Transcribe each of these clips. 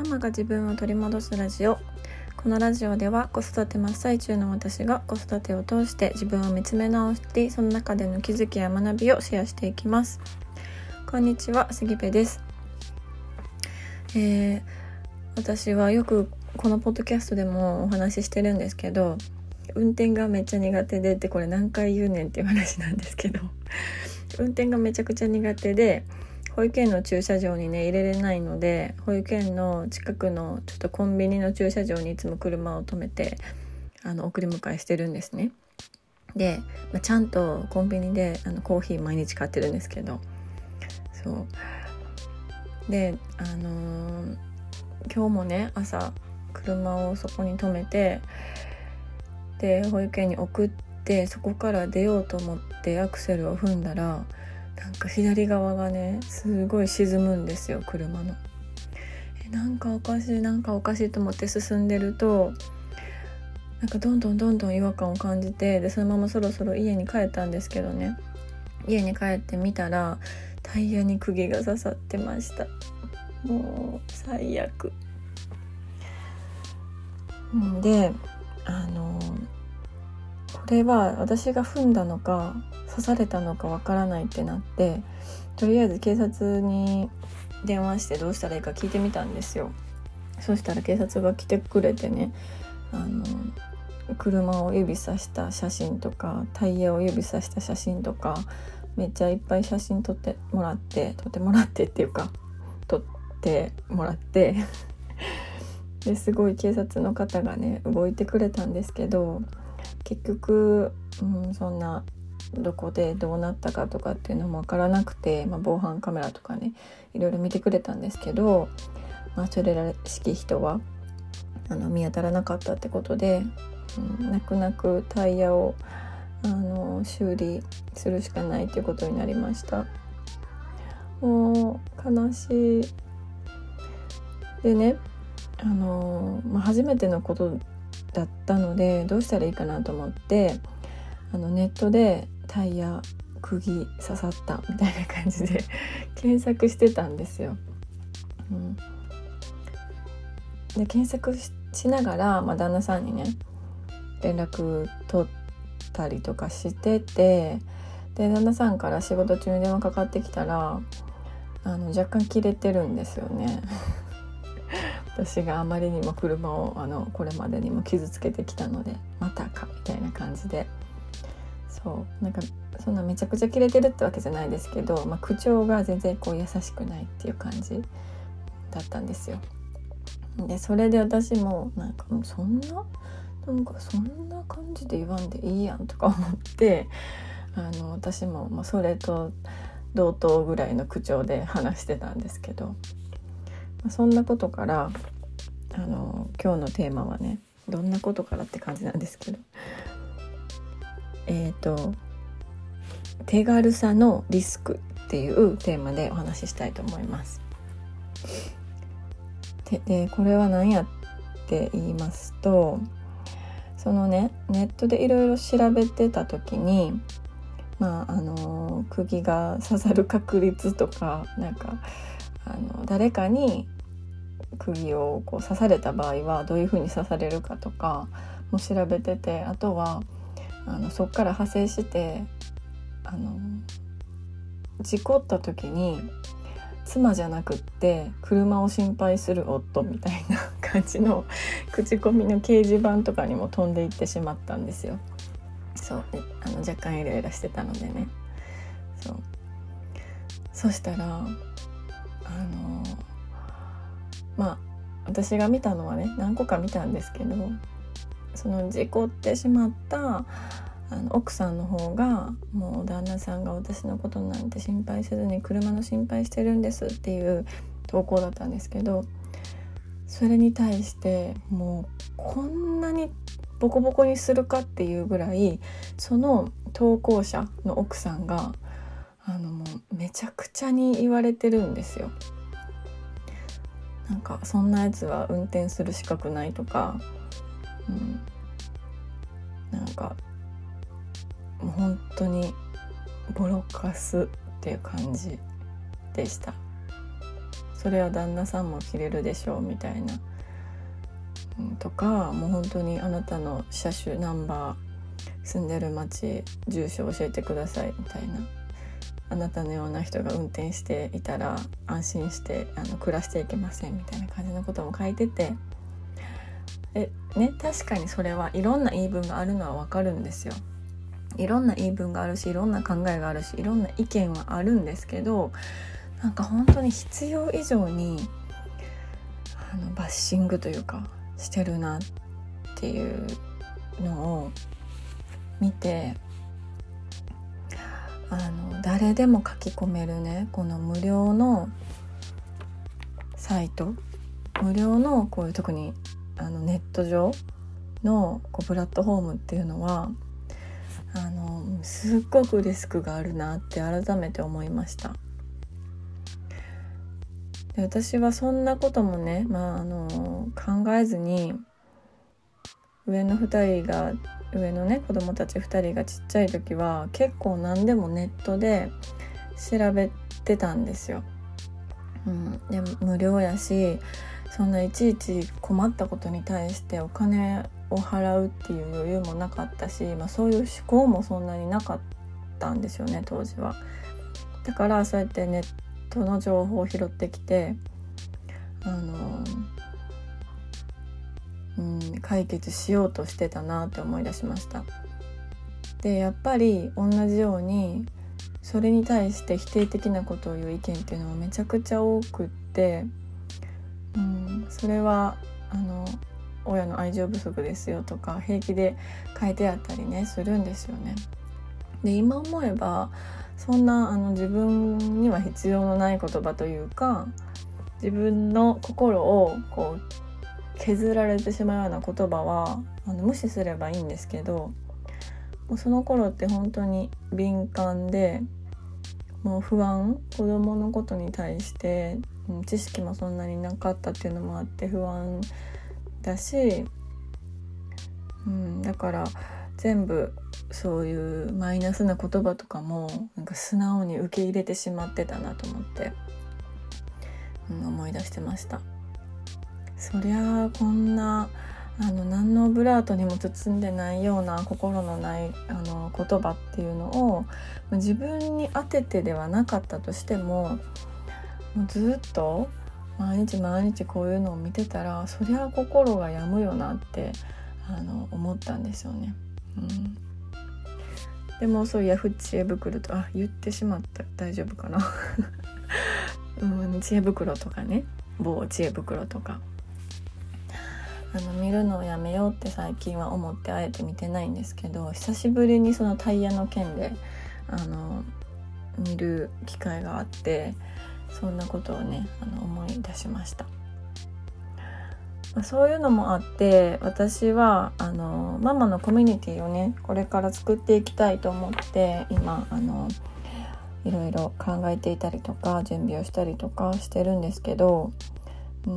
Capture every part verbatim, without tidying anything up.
マが自分を取り戻すラジオ。このラジオでは子育て真っ最中の私が子育てを通して自分を見つめ直して、その中での気づきや学びをシェアしていきます。こんにちは、杉部です。えー、私はよくこのポッドキャストでもお話ししてるんですけど、運転がめっちゃ苦手でってこれ何回言うねんっていう話なんですけど運転がめちゃくちゃ苦手で、保育園の駐車場にね入れれないので、保育園の近くのちょっとコンビニの駐車場にいつも車を止めてあの送り迎えしてるんですね。で、まあ、ちゃんとコンビニであのコーヒー毎日買ってるんですけど、そうであのー、今日もね朝車をそこに止めて、で保育園に送って、そこから出ようと思ってアクセルを踏んだら、なんか左側がねすごい沈むんですよ、車の。えなんかおかしいなんかおかしいと思って進んでると、なんかどんどんどんどん違和感を感じて、でそのままそろそろ家に帰ったんですけどね、家に帰ってみたらタイヤに釘が刺さってました。もう最悪で、あのこれは私が踏んだのか刺されたのかわからないってなって、とりあえず警察に電話してどうしたらいいか聞いてみたんですよ。そしたら警察が来てくれてね、あの車を指さした写真とかタイヤを指さした写真とかめっちゃいっぱい写真撮ってもらって撮ってもらってっていうか撮ってもらってですごい警察の方がね動いてくれたんですけど、結局、うん、そんなどこでどうなったかとかっていうのも分からなくて、まあ、防犯カメラとかねいろいろ見てくれたんですけど、まあ、それらしき人はあの見当たらなかったってことで、うん、泣く泣くタイヤをあの修理するしかないっていうことになりました。もう悲しいでね、あの、まあ、初めてのことだったのでどうしたらいいかなと思って、あのネットでタイヤ釘刺さったみたいな感じで検索してたんですよ、うん、で検索 し, しながら、まあ、旦那さんにね連絡取ったりとかしてて、で旦那さんから仕事中に電話かかってきたらあの若干キレてるんですよね私があまりにも車をあのこれまでにも傷つけてきたのでまたかみたいな感じで、そうなんかそんなめちゃくちゃキレてるってわけじゃないですけど、まあ、口調が全然こう優しくないっていう感じだったんですよ。でそれで私もなんかもうそんななんかそんな感じで言わんでいいやんとか思ってあの私も、まあ、それと同等ぐらいの口調で話してたんですけど、まあ、そんなことからあの今日のテーマはねどんなことからって感じなんですけど、えーと手軽さのリスクっていうテーマでお話ししたいと思います。で、でこれは何やって言いますと、そのねネットでいろいろ調べてた時に、まああの釘が刺さる確率とか、なんかあの誰かに釘をこう刺された場合はどういう風に刺されるかとかも調べてて、あとはあのそっから派生してあの事故った時に妻じゃなくって車を心配する夫みたいな感じの口コミの掲示板とかにも飛んでいってしまったんですよ。そうあの若干イライラしてたのでね。そうそしたらあのまあ私が見たのはね何個か見たんですけど、その事故ってしまったあの奥さんの方がもう旦那さんが私のことなんて心配せずに車の心配してるんですっていう投稿だったんですけど、それに対してもうこんなにボコボコにするかっていうぐらいその投稿者の奥さんがあのもうめちゃくちゃに言われてるんですよ。なんかそんなやつは運転する資格ないとか、うん、なんかもう本当にボロカスっていう感じでした。 それは旦那さんも切れるでしょうみたいな、うん、とかもう本当にあなたの車種ナンバー住んでる町住所教えてくださいみたいな、あなたのような人が運転していたら安心してあの暮らしていけませんみたいな感じのことも書いてて、え、ね、確かにそれはいろんな言い分があるのはわかるんですよ。いろんな言い分があるし、いろんな考えがあるし、いろんな意見はあるんですけど、なんか本当に必要以上にあのバッシングというかしてるなっていうのを見て、あの誰でも書き込めるね、この無料のサイト、無料のこういう特にあのネット上のこうプラットフォームっていうのはあのすっごくリスクがあるなって改めて思いました。で、私はそんなこともね、まあ、あの考えずに上のふたりが上のね子供たちふたりがちっちゃい時は結構何でもネットで調べてたんですよ、うん、で無料やし、そんないちいち困ったことに対してお金を払うっていう余裕もなかったし、まあ、そういう思考もそんなになかったんですよね当時は。だからそうやってネットの情報を拾ってきてあの、うん、解決しようとしてたなって思い出しました。でやっぱり同じようにそれに対して否定的なことを言う意見っていうのはめちゃくちゃ多くって、うん、それはあの親の愛情不足ですよとか平気で書いてあったりねするんですよね。で今思えばそんなあの自分には必要のない言葉というか、自分の心をこう削られてしまうような言葉はあの無視すればいいんですけど、もうその頃って本当に敏感でもう不安、子供のことに対して知識もそんなになかったっていうのもあって不安だし、うん、だから全部そういうマイナスな言葉とかもなんか素直に受け入れてしまってたなと思って、うん、思い出してました。そりゃこんなあの何のオブラートにも包んでないような心のないあの言葉っていうのを自分に当ててではなかったとしても、もうずっと毎日毎日こういうのを見てたらそりゃ心が病むよなってあの思ったんですよね、うん、でもそういうヤフー知恵袋とあ言ってしまった大丈夫かな、うん、知恵袋とかね、某知恵袋とかあの見るのをやめようって最近は思ってあえて見てないんですけど、久しぶりにそのタイヤの件であの見る機会があって、そんなことをねあの思い出しました。そういうのもあって私はあのママのコミュニティをねこれから作っていきたいと思って今あのいろいろ考えていたりとか準備をしたりとかしてるんですけど、うん、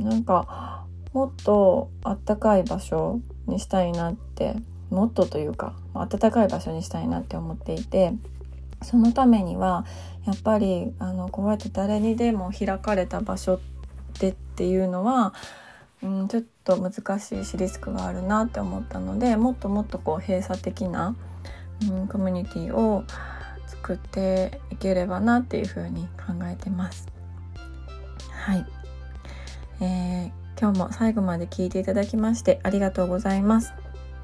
なんかもっとあったかい場所にしたいなって、もっとというか暖かい場所にしたいなって思っていて、そのためにはやっぱりあのこうやって誰にでも開かれた場所でっていうのは、うん、ちょっと難しいしリスクがあるなって思ったので、もっともっとこう閉鎖的な、うん、コミュニティを作っていければなっていうふうに考えてます。はい、えー、今日も最後まで聞いていただきましてありがとうございます。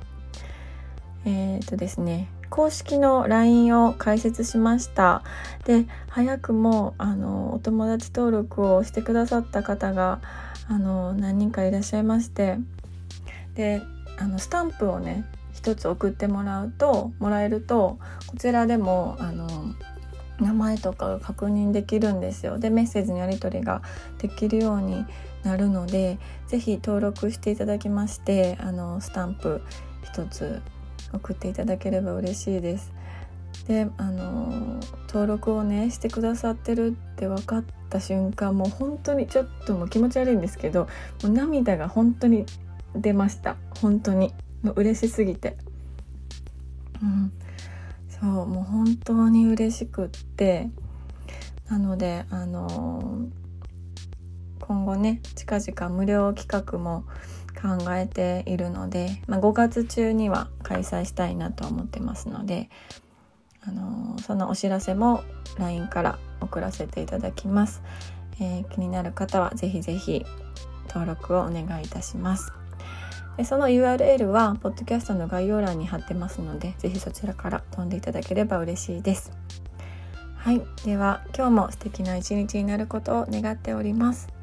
えーとですね公式の ライン を開設しました。で、早くもあのお友達登録をしてくださった方があの何人かいらっしゃいまして、で、あのスタンプをね一つ送ってもらうともらえるとこちらでもあの名前とかが確認できるんですよ。で、メッセージのやり取りができるようになるので、ぜひ登録していただきましてあのスタンプ一つ送っていただければ嬉しいです。で、あの登録をねしてくださってるって分かった瞬間、もう本当にちょっともう気持ち悪いんですけど、もう涙が本当に出ました。本当にもう嬉しすぎて、うん、そうもう本当に嬉しくって、なのであの今後ね近々無料企画も考えているので、まあ、ごがつ中には開催したいなと思ってますので、あのー、そのお知らせも ライン から送らせていただきます。えー、気になる方はぜひぜひ登録をお願いいたします。でその ユーアールエル はポッドキャストの概要欄に貼ってますので、ぜひそちらから飛んでいただければ嬉しいです。はい、では今日も素敵な一日になることを願っております。